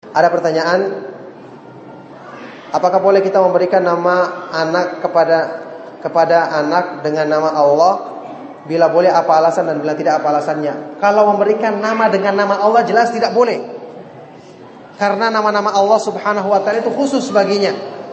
Ada pertanyaan, apakah boleh kita memberikan nama anak kepada anak dengan nama Allah? Bila boleh apa alasan dan bila tidak apa alasannya? Kalau memberikan nama dengan nama Allah jelas tidak boleh. Karena nama-nama Allah Subhanahu wa taala itu khusus baginya.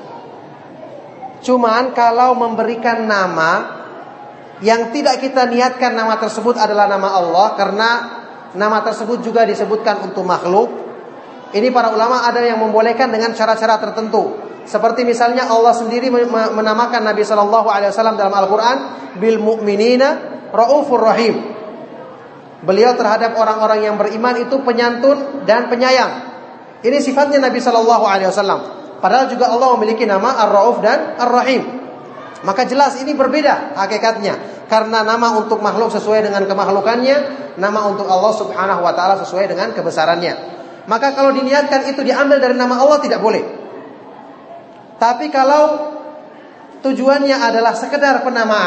Cuman kalau memberikan nama yang tidak kita niatkan nama tersebut adalah nama Allah, karena nama tersebut juga disebutkan untuk makhluk. Ini para ulama ada yang membolehkan dengan cara-cara tertentu. Seperti misalnya Allah sendiri menamakan Nabi SAW dalam Al-Quran bil mu'minina raufur rahim. Beliau terhadap orang-orang yang beriman itu penyantun dan penyayang. Ini sifatnya Nabi SAW. Padahal juga Allah memiliki nama Ar-Rauf dan Ar-Rahim. Maka jelas ini berbeda hakikatnya. Karena nama untuk makhluk sesuai dengan kemakhlukannya, nama untuk Allah Subhanahu wa taala sesuai dengan kebesarannya. Maka kalau diniatkan itu diambil dari nama Allah tidak boleh. Tapi kalau tujuannya adalah sekedar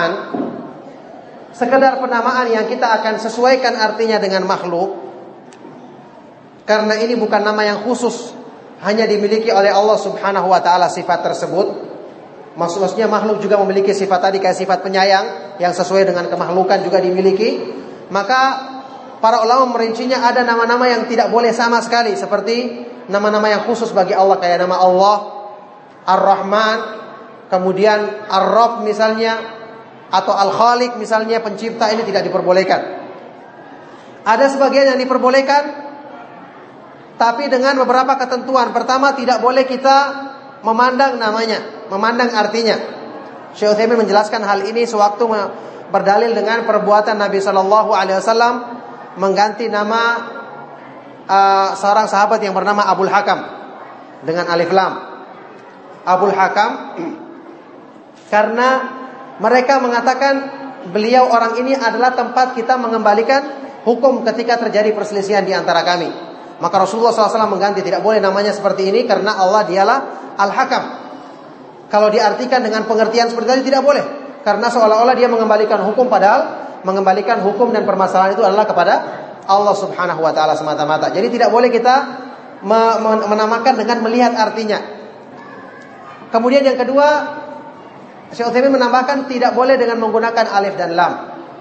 penamaan yang kita akan sesuaikan artinya dengan makhluk, karena ini bukan nama yang khusus hanya dimiliki oleh Allah Subhanahu wa taala sifat tersebut. Maksudnya makhluk juga memiliki sifat tadi, kayak sifat penyayang yang sesuai dengan kemakhlukan juga dimiliki. Maka para ulama merincinya ada nama-nama yang tidak boleh sama sekali, seperti nama-nama yang khusus bagi Allah, kayak nama Allah Ar-Rahman, kemudian Ar-Rabb misalnya, atau Al-Khaliq misalnya, pencipta, ini tidak diperbolehkan. Ada sebagian yang diperbolehkan, tapi dengan beberapa ketentuan. Pertama, tidak boleh kita memandang namanya, memandang artinya. Syekh Utsaimin menjelaskan hal ini sewaktu berdalil dengan perbuatan Nabi SAW mengganti nama seorang sahabat yang bernama Abul Hakam dengan alif lam. Abul Hakam, karena mereka mengatakan beliau orang ini adalah tempat kita mengembalikan hukum ketika terjadi perselisihan di antara kami. Maka Rasulullah SAW mengganti, tidak boleh namanya seperti ini karena Allah dialah Al-Hakam. Kalau diartikan dengan pengertian seperti itu tidak boleh, karena seolah-olah dia mengembalikan hukum, padahal mengembalikan hukum dan permasalahan itu adalah kepada Allah Subhanahu wa taala semata-mata. Jadi tidak boleh kita menamakan dengan melihat artinya. Kemudian yang kedua, Syekh Utsaimin menambahkan tidak boleh dengan menggunakan alif dan lam.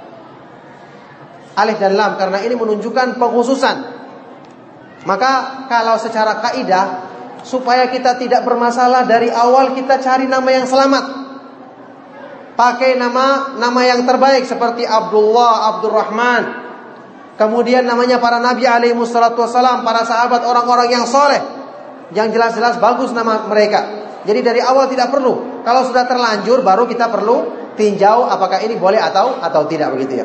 Alif dan lam karena ini menunjukkan pengkhususan. Maka kalau secara kaidah, supaya kita tidak bermasalah dari awal, kita cari nama yang selamat. Pakai nama yang terbaik seperti Abdullah, Abdurrahman. Kemudian namanya para nabi alaihi wassalatu wassalam, para sahabat, orang-orang yang soleh, yang jelas-jelas bagus nama mereka. Jadi dari awal tidak perlu. Kalau sudah terlanjur baru kita perlu tinjau apakah ini boleh atau tidak, begitu ya.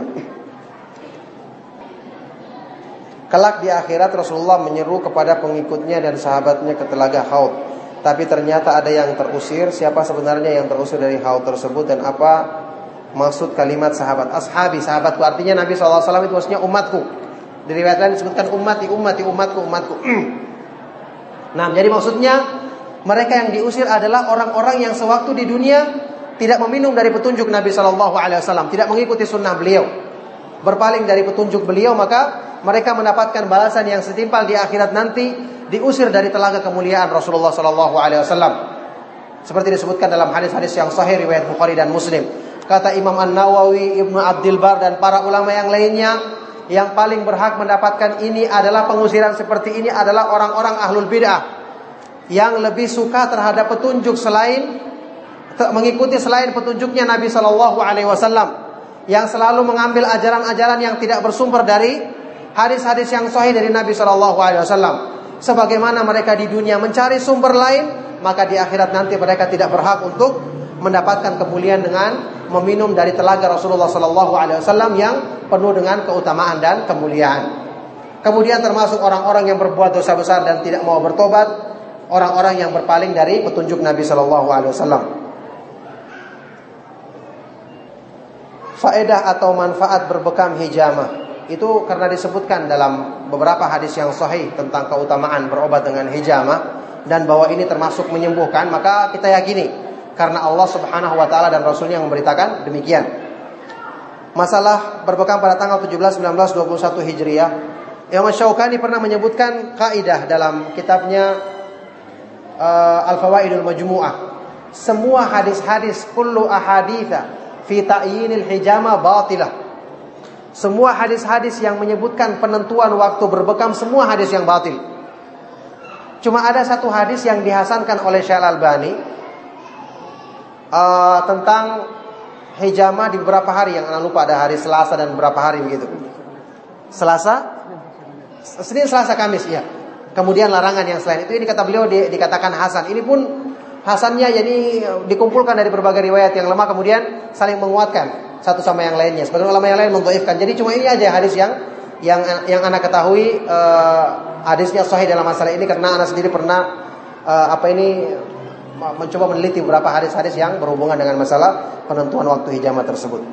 Kelak di akhirat Rasulullah menyeru kepada pengikutnya dan sahabatnya ke telaga Haud. Tapi ternyata ada yang terusir. Siapa sebenarnya yang terusir dari Haud tersebut, dan apa maksud kalimat sahabat? Ashabi, sahabatku, artinya Nabi SAW itu maksudnya umatku. Di riwayat lain disebutkan ummati, umatku. Nah, jadi maksudnya mereka yang diusir adalah orang-orang yang sewaktu di dunia tidak meminum dari petunjuk Nabi SAW, tidak mengikuti sunnah beliau, berpaling dari petunjuk beliau, maka mereka mendapatkan balasan yang setimpal di akhirat nanti, diusir dari telaga kemuliaan Rasulullah SAW. Seperti disebutkan dalam hadis-hadis yang sahih riwayat Bukhari dan Muslim. Kata Imam An-Nawawi, Ibnu Abdul Bar dan para ulama yang lainnya, yang paling berhak mendapatkan ini adalah pengusiran seperti ini adalah orang-orang ahlul bid'ah yang lebih suka terhadap petunjuk mengikuti selain petunjuknya Nabi SAW, yang selalu mengambil ajaran-ajaran yang tidak bersumber dari hadis-hadis yang sahih dari Nabi SAW. Sebagaimana mereka di dunia mencari sumber lain, maka di akhirat nanti mereka tidak berhak untuk mendapatkan kemuliaan dengan meminum dari telaga Rasulullah SAW yang penuh dengan keutamaan dan kemuliaan. Kemudian termasuk orang-orang yang berbuat dosa besar dan tidak mau bertobat, orang-orang yang berpaling dari petunjuk Nabi SAW. Faedah atau manfaat berbekam hijamah itu karena disebutkan dalam beberapa hadis yang sahih tentang keutamaan berobat dengan hijamah, dan bahwa ini termasuk menyembuhkan, maka kita yakini karena Allah Subhanahu wa taala dan Rasulnya yang memberitakan demikian. Masalah berbekam pada tanggal 17, 19, 21 Hijriah Imam Syaukani pernah menyebutkan kaidah dalam kitabnya Al-Fawaidul Majmu'ah. Semua hadis-hadis kullu ahaditha fi ta'yinil hijama batilah. Semua hadis-hadis yang menyebutkan penentuan waktu berbekam, semua hadis yang batil. Cuma ada satu hadis yang dihasankan oleh Syekh Al-Albani tentang hijama di beberapa hari, yang Anda lupa, ada hari Selasa dan beberapa hari begitu. Senin, Selasa, Kamis, ya. Kemudian larangan yang selain itu, ini kata beliau dikatakan hasan. Ini pun hasannya jadi dikumpulkan dari berbagai riwayat yang lemah, kemudian saling menguatkan satu sama yang lainnya. Sebagian ulama yang lain mendhaifkan. Jadi cuma ini aja hadis yang Anda ketahui hadisnya sahih dalam masalah ini, karena Anda sendiri pernah mencoba meneliti beberapa hadis-hadis yang berhubungan dengan masalah penentuan waktu hijama tersebut.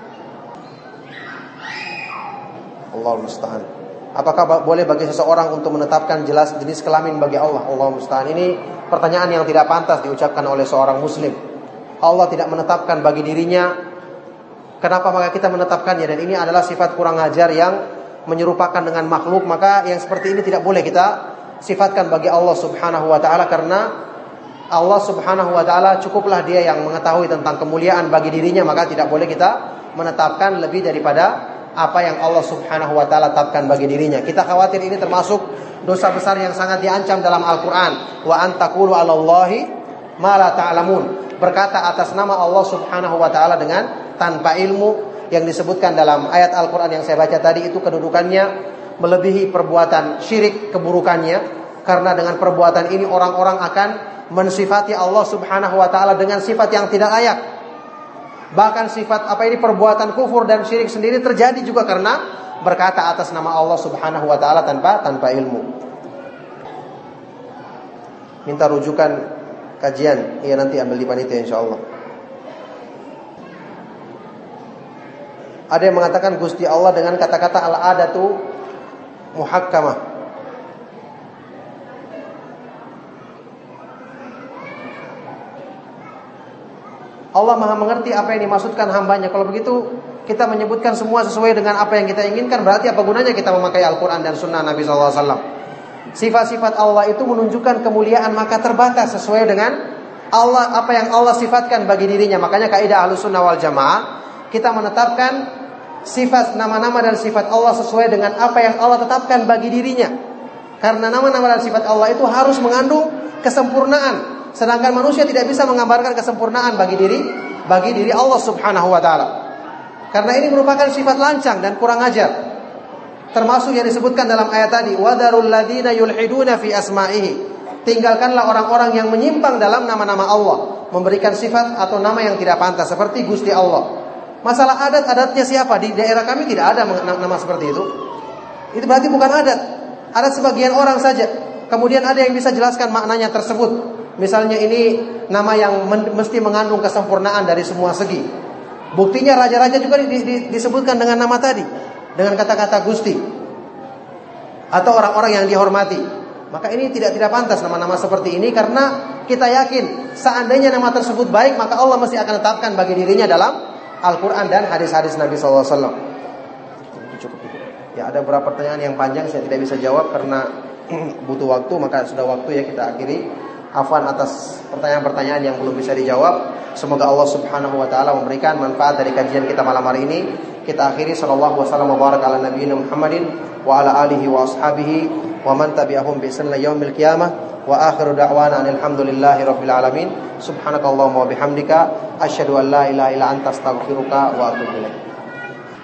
Allahul musta'an. Apakah boleh bagi seseorang untuk menetapkan jelas jenis kelamin bagi Allah? Allahul musta'an. Ini pertanyaan yang tidak pantas diucapkan oleh seorang muslim. Allah tidak menetapkan bagi dirinya, kenapa maka kita menetapkannya? Dan ini adalah sifat kurang ajar yang menyerupakan dengan makhluk. Maka yang seperti ini tidak boleh kita sifatkan bagi Allah subhanahu wa ta'ala, karena Allah subhanahu wa ta'ala cukuplah dia yang mengetahui tentang kemuliaan bagi dirinya. Maka tidak boleh kita menetapkan lebih daripada apa yang Allah subhanahu wa ta'ala tetapkan bagi dirinya. Kita khawatir ini termasuk dosa besar yang sangat diancam dalam Al-Quran. Wa antaqulu 'alallahi ma la ta'lamun. Berkata atas nama Allah subhanahu wa ta'ala dengan tanpa ilmu, yang disebutkan dalam ayat Al-Quran yang saya baca tadi itu kedudukannya melebihi perbuatan syirik keburukannya. Karena dengan perbuatan ini orang-orang akan mensifati Allah subhanahu wa ta'ala dengan sifat yang tidak layak. Bahkan sifat perbuatan kufur dan syirik sendiri terjadi juga karena berkata atas nama Allah subhanahu wa ta'ala tanpa ilmu. Minta rujukan kajian, iya nanti ambil di panitia insyaallah. Ada yang mengatakan Gusti Allah dengan kata-kata al-adatu muhakkamah. Allah maha mengerti apa yang dimaksudkan hambanya. Kalau begitu kita menyebutkan semua sesuai dengan apa yang kita inginkan, berarti apa gunanya kita memakai Al-Quran dan Sunnah Nabi SAW? Sifat-sifat Allah itu menunjukkan kemuliaan, maka terbatas sesuai dengan Allah, apa yang Allah sifatkan bagi dirinya. Makanya kaidah Ahlussunnah wal Jamaah, kita menetapkan sifat, nama-nama dan sifat Allah sesuai dengan apa yang Allah tetapkan bagi dirinya. Karena nama-nama dan sifat Allah itu harus mengandung kesempurnaan. Sedangkan manusia tidak bisa menggambarkan kesempurnaan bagi diri Allah subhanahu wa ta'ala. Karena ini merupakan sifat lancang dan kurang ajar. Termasuk yang disebutkan dalam ayat tadi, wadarul ladzina yulhiduna fi asma'ihi. Tinggalkanlah orang-orang yang menyimpang dalam nama-nama Allah, memberikan sifat atau nama yang tidak pantas seperti Gusti Allah. Masalah adat-adatnya siapa? Di daerah kami tidak ada nama seperti itu. Itu berarti bukan adat. Adat sebagian orang saja. Kemudian ada yang bisa jelaskan maknanya tersebut. Misalnya ini nama yang mesti mengandung kesempurnaan dari semua segi. Buktinya raja-raja juga disebutkan dengan nama tadi, dengan kata-kata Gusti, atau orang-orang yang dihormati. Maka ini tidak pantas nama-nama seperti ini, karena kita yakin seandainya nama tersebut baik, maka Allah mesti akan tetapkan bagi dirinya dalam Al-Quran dan hadis-hadis Nabi SAW. Ya, ada beberapa pertanyaan yang panjang saya tidak bisa jawab karena butuh waktu, maka sudah waktu ya kita akhiri. Afwan atas pertanyaan-pertanyaan yang belum bisa dijawab. Semoga Allah subhanahu wa ta'ala memberikan manfaat dari kajian kita malam hari ini. Kita akhiri sallallahu wasallam wa baraka ala nabiyina Muhammadin wa ala alihi wa ashabihi wa man tabi'ahum bi ihsan ila yaumil qiyamah. Wa akhiru da'wana alhamdulillahi rabbil alamin. Subhanakallahumma wa bihamdika asyhadu an la ilaha illa anta astaghfiruka wa atubu ilaik.